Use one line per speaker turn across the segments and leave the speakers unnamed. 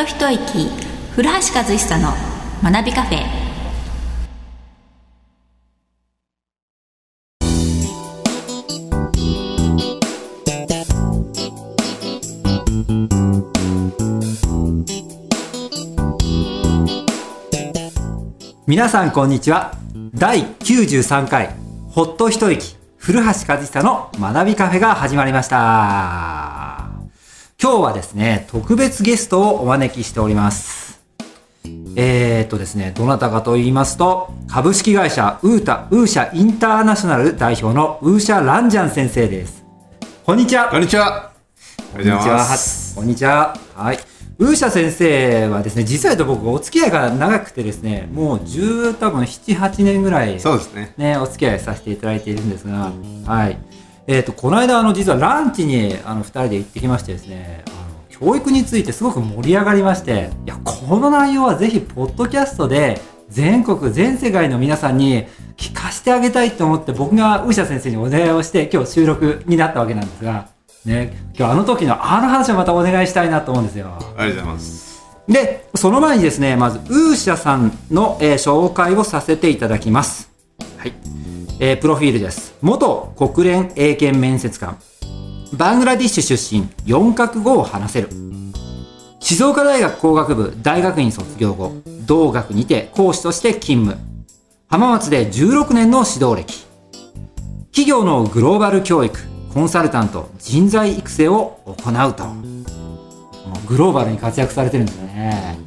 一息、古橋和久の学びカフェ。
皆さんこんにちは。第93回ほっと一息、古橋和久の学びカフェが始まりました。今日はですね、特別ゲストをお招きしております。ですね、どなたかと言いますと、株式会社ウーシャインターナショナル代表のウーシャランジャン先生です。こんにちは。
こんにちは。
こんにちは。こんにちは。はい。ウーシャ先生はですね、実は言うと僕お付き合いが長くてですね、もう多分7、8年ぐらい、
そうですね。
お付き合いさせていただいているんですが、はい。この間実はランチに2人で行ってきましてですね、教育についてすごく盛り上がりまして、いやこの内容はぜひポッドキャストで全国全世界の皆さんに聞かせてあげたいと思って、僕がウーシャ先生にお願いをして今日収録になったわけなんですが、ね、今日時の話をまたお願いしたいなと思うんですよ。
ありがとうございます。
で、その前にですね、まずウーシャさんの、紹介をさせていただきます。はい。プロフィールです。元国連英検面接官、バングラディッシュ出身、4カ国語を話せる。静岡大学工学部大学院卒業後、同学にて講師として勤務。浜松で16年の指導歴。企業のグローバル教育、コンサルタント、人材育成を行うと。グローバルに活躍されてるんですね。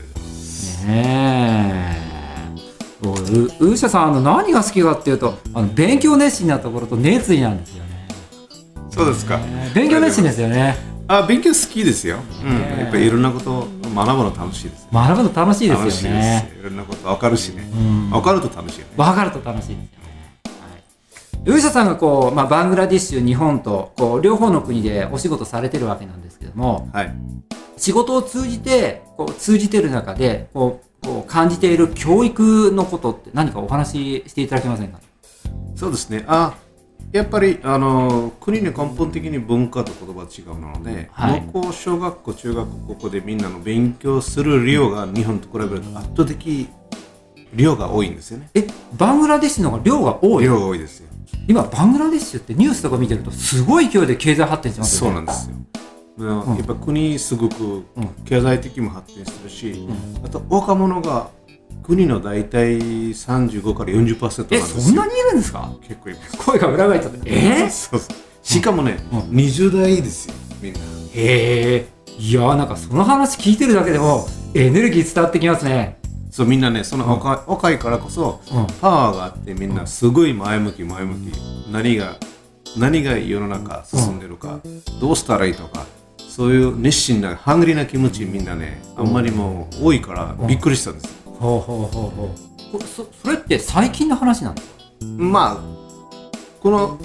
ねえ。ウーシャさん何が好きかっていうと、勉強熱心なところと熱意なんですよね。
そうですか。
勉強熱心ですよね。
勉強好きですよ。やっぱりいろんなことを学ぶの楽しいです。
学ぶの楽しいですよね。
いろんなこと分かるしね。分かると楽しいよね。
分かると楽しいですよね。ウーシャさんがバングラディッシュ、日本と両方の国でお仕事されてるわけなんですけども、
はい、
仕事を通じてる中で感じている教育のことって何かお話ししていただけませんか？
そうですね。やっぱり国の根本的に文化と言葉が違うので、はい、向こう小学校、中学校、ここでみんなの勉強する量が日本と比べると圧倒的量が多いんですよね。
バングラデシュの方が量が多い？
量が多いですよ。
今バングラデシュってニュースとか見てるとすごい勢いで経済発展してますよね。
そうなんですよ。やっぱ国すごく経済的にも発展してるし、あと若者が国の大体35から 40% なんですよ。
そんなにいるんですか？
結構います。
声が裏返っちゃって。
そうしかもね、20代ですよ、みんな。
いやなんかその話聞いてるだけでもエネルギー伝わってきますね。
そう、みんなね、その若いからこそパワーがあって、みんなすごい前向き。何が世の中進んでるか、どうしたらいいとか、そういう熱心なハングリーな気持ち、みんなね、あんまりもう多いからびっくりしたんですよ。
それって最近の話なんですか？
この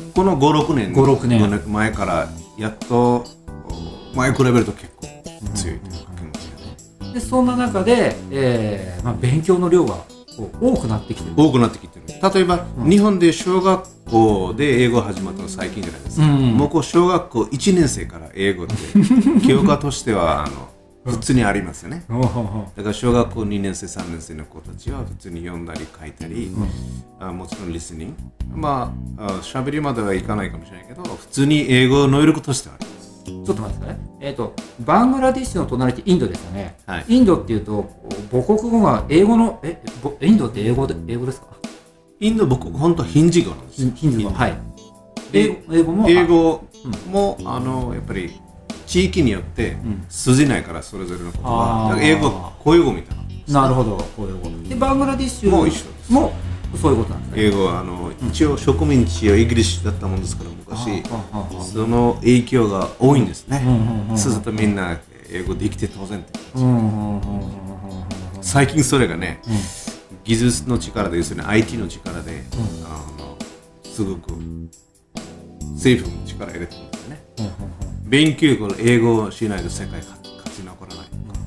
5、6年前からやっと前比べると結構強いというか気持ちがね。
でそんな中で、勉強の量が多くなってきてる。
例えば、日本で小学校で英語始まったの最近じゃないですか。もう小学校1年生から英語って教科としては普通にありますよね。だから小学校2年生3年生の子たちは普通に読んだり書いたり、もちろんリスニング、喋りまではいかないかもしれないけど、普通に英語能力としてはあります。
ちょっと待ってください。バングラディッシュの隣ってインドですよね。
はい、
インドっていうと母国語が英語のインドって英語ですか？
インド母国本当はヒンジー語なんですよ。
ヒンジー語、はい。
英語もやっぱり地域によって通じないから、それぞれの言葉。英語は公用語みたいな。
なるほど、公用語。でバングラディッシュも一緒です。もそういうことなんですね。
英語は一応植民地はイギリスだったもんですから、昔その影響が多いんですね。そうするとみんな英語できて当然って感じ。最近それがね、技術の力で、要するに IT の力で、すごく政府も力入れてるんですよね。勉強英語をしないと世界勝ち残らない。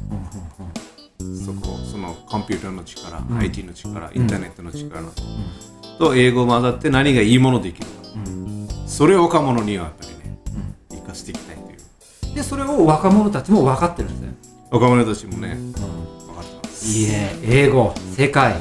そのコンピューターの力、IT の力、インターネットの力と英語を混ざって何がいいものできるか、それを若者にはやっぱりね、生かしていきたいという。
でそれを若者たちも分かってるんですね。
若者たちもね、分かってます。
いいね。英語、世界。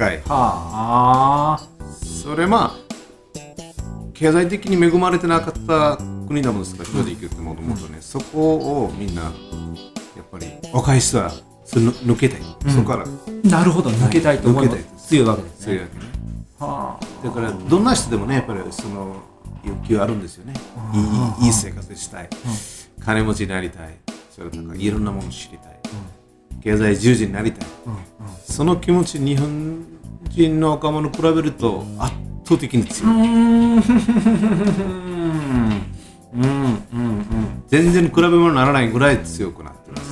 はあ。
それ経済的に恵まれてなかった国だもんですから、正直言ってもともとね、そこをみんなやっぱり若い人は抜けたい、そこから
なるほど、抜けたいと思います。強いわけですね。
強いわけね。
はあ。
だからどんな人でもね、やっぱりその欲求あるんですよね。いい生活したい、金持ちになりたい、それとかいろんなものを知りたい、経済従事になりたい、その気持ち日本人の若者に比べると圧倒的に強い。全然比べ物にならないぐらい強くなってます。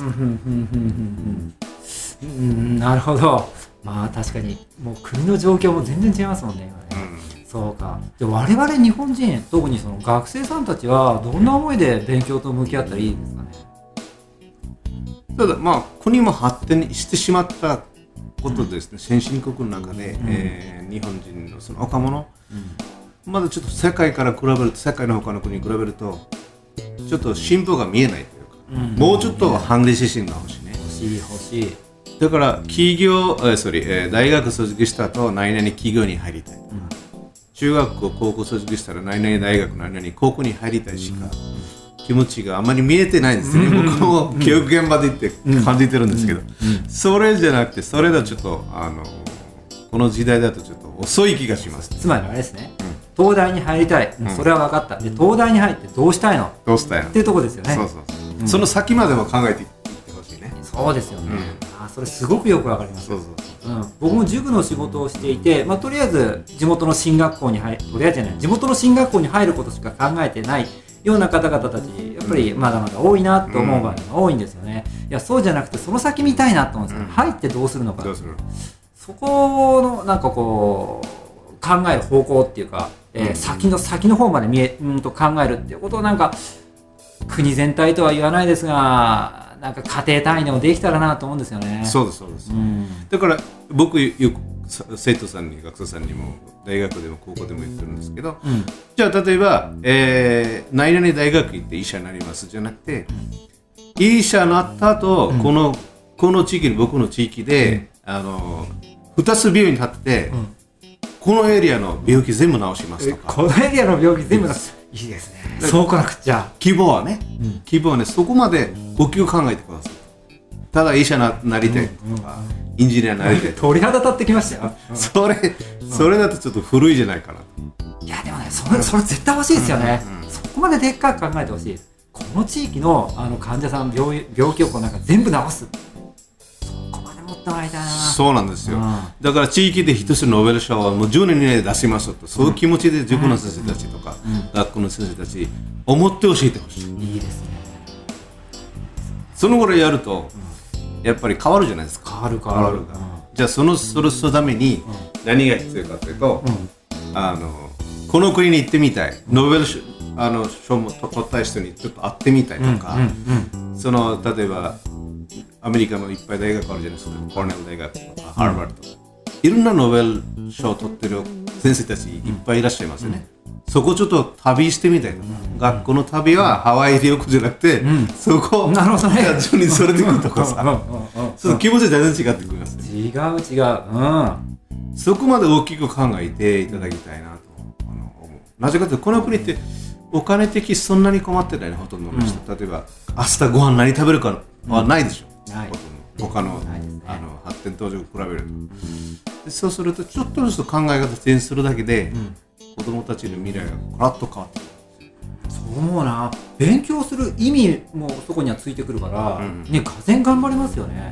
なるほど。まあ確かにもう国の状況も全然違いますもんね、今ね。そうか。で我々日本人、特にその学生さんたちはどんな思いで勉強と向き合ったらいいですかね。
ただ国も発展してしまったことですね、先進国の中で、日本人のその若者、まだちょっと世界から比べると、世界の他の国に比べるとちょっと進歩が見えないというか、もうちょっとハングリー精神が欲しいね。
欲しい。
だから大学卒業した後何々企業に入りたい、中学校高校卒業したら何々大学何々高校に入りたいしか、気持ちがあまり見えてないんですね。僕も教育現場で行って感じてるんですけど、それじゃなくて、それだとちょっとこの時代だとちょっと遅い気がします。
つまりあれですね、東大に入りたい、それは分かった。で東大に入ってどうしたいのっていうところですよね。その先までも考えていってほしいね。 そうですよね。それすごくよくわかります。僕も塾の仕事をしていて、とりあえず地元の進学校に地元の進学校に入ることしか考えてないような方々たち、やっぱりまだまだ多いなと思う場合が多いんですよね。いや、そうじゃなくてその先見たいなと思うんですよ。入ってどうするのか、そこのなんかこう考える方向っていうか、先の方まで考えるっていうことをなんか国全体とは言わないですが、なんか家庭単位でもできたらなと思うんですよね。
そうです。だから僕よく生徒さんに、学生さんにも大学でも高校でも言ってるんですけど、じゃあ例えば、何々大学行って医者になりますじゃなくて、医者になった後、この地域、僕の地域で、2つ病院に立って、このエリアの病気全部治しますとか、
このエリアの病気全部治す、いいですね。そうこなくちゃ。
希望はね、そこまで大きく考えてください。ただ医者になりたいとか、エンジニアになりたい。
鳥肌立ってきましたよ。
それだとちょっと古いじゃないかな。
いやでもね、それ絶対欲しいですよね。そこまででっかく考えてほしいです。この地域の患者さん病気をなんか全部治す。そこまで持ってもらいたいな。
そうなんですよ。だから地域で一つノーベル賞はもう10年以内で出しますと、そういう気持ちで塾の先生たちとか、学校の先生たち思って教えてほしい。
いいですね。
そのぐらいやると、やっぱり変わるじゃないですか。
変わる。
じゃあそのために何が必要かというと、この国に行ってみたい、ノーベル賞も取った人にちょっと会ってみたいとか、例えばアメリカのいっぱい大学あるじゃないですか。コーネル大学とかハーバードとか、いろんなノーベル賞を取ってる先生たちいっぱいいらっしゃいますよね。そこちょっと旅してみたいとか、学校の旅はハワイでよくじゃなくて、そこ
なるほどね、
学校にそれでくるとかさ、その気持ち全然違ってくりますね。
違う、
そこまで大きく考えていただきたいなと思う。なぜかというと、この国ってお金的そんなに困ってないね、ほとんどの人。例えば明日ご飯何食べるかはないでしょ、他の発展途上に比べると。そうするとちょっとずつ考え方チェンジするだけで、子供たちの未来がガラッと変わってくる。
そう思うな。勉強する意味もそこにはついてくるから、ね、がぜん頑張りますよね。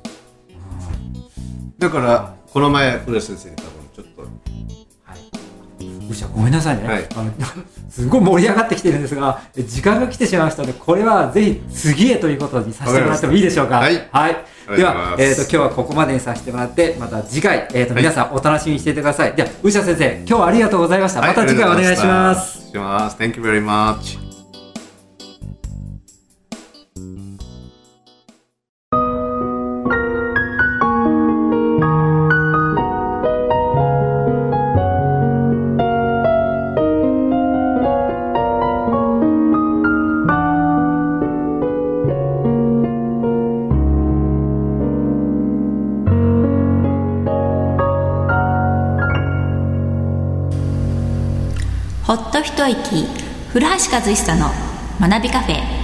だからこの前古谷先生に多分ちょっと、
ごめんなさいね、すごい盛り上がってきてるんですが、時間が来てしまいましたので、これはぜひ次へということにさせてもらってもいいでしょうか。では、今日はここまでにさせてもらって、また次回、皆さんお楽しみにしていてください。では、宇佐先生、今日はありがとうございました。また次回お願いします。
Thank you very much.
ほっと一息、古橋和久の学びカフェ。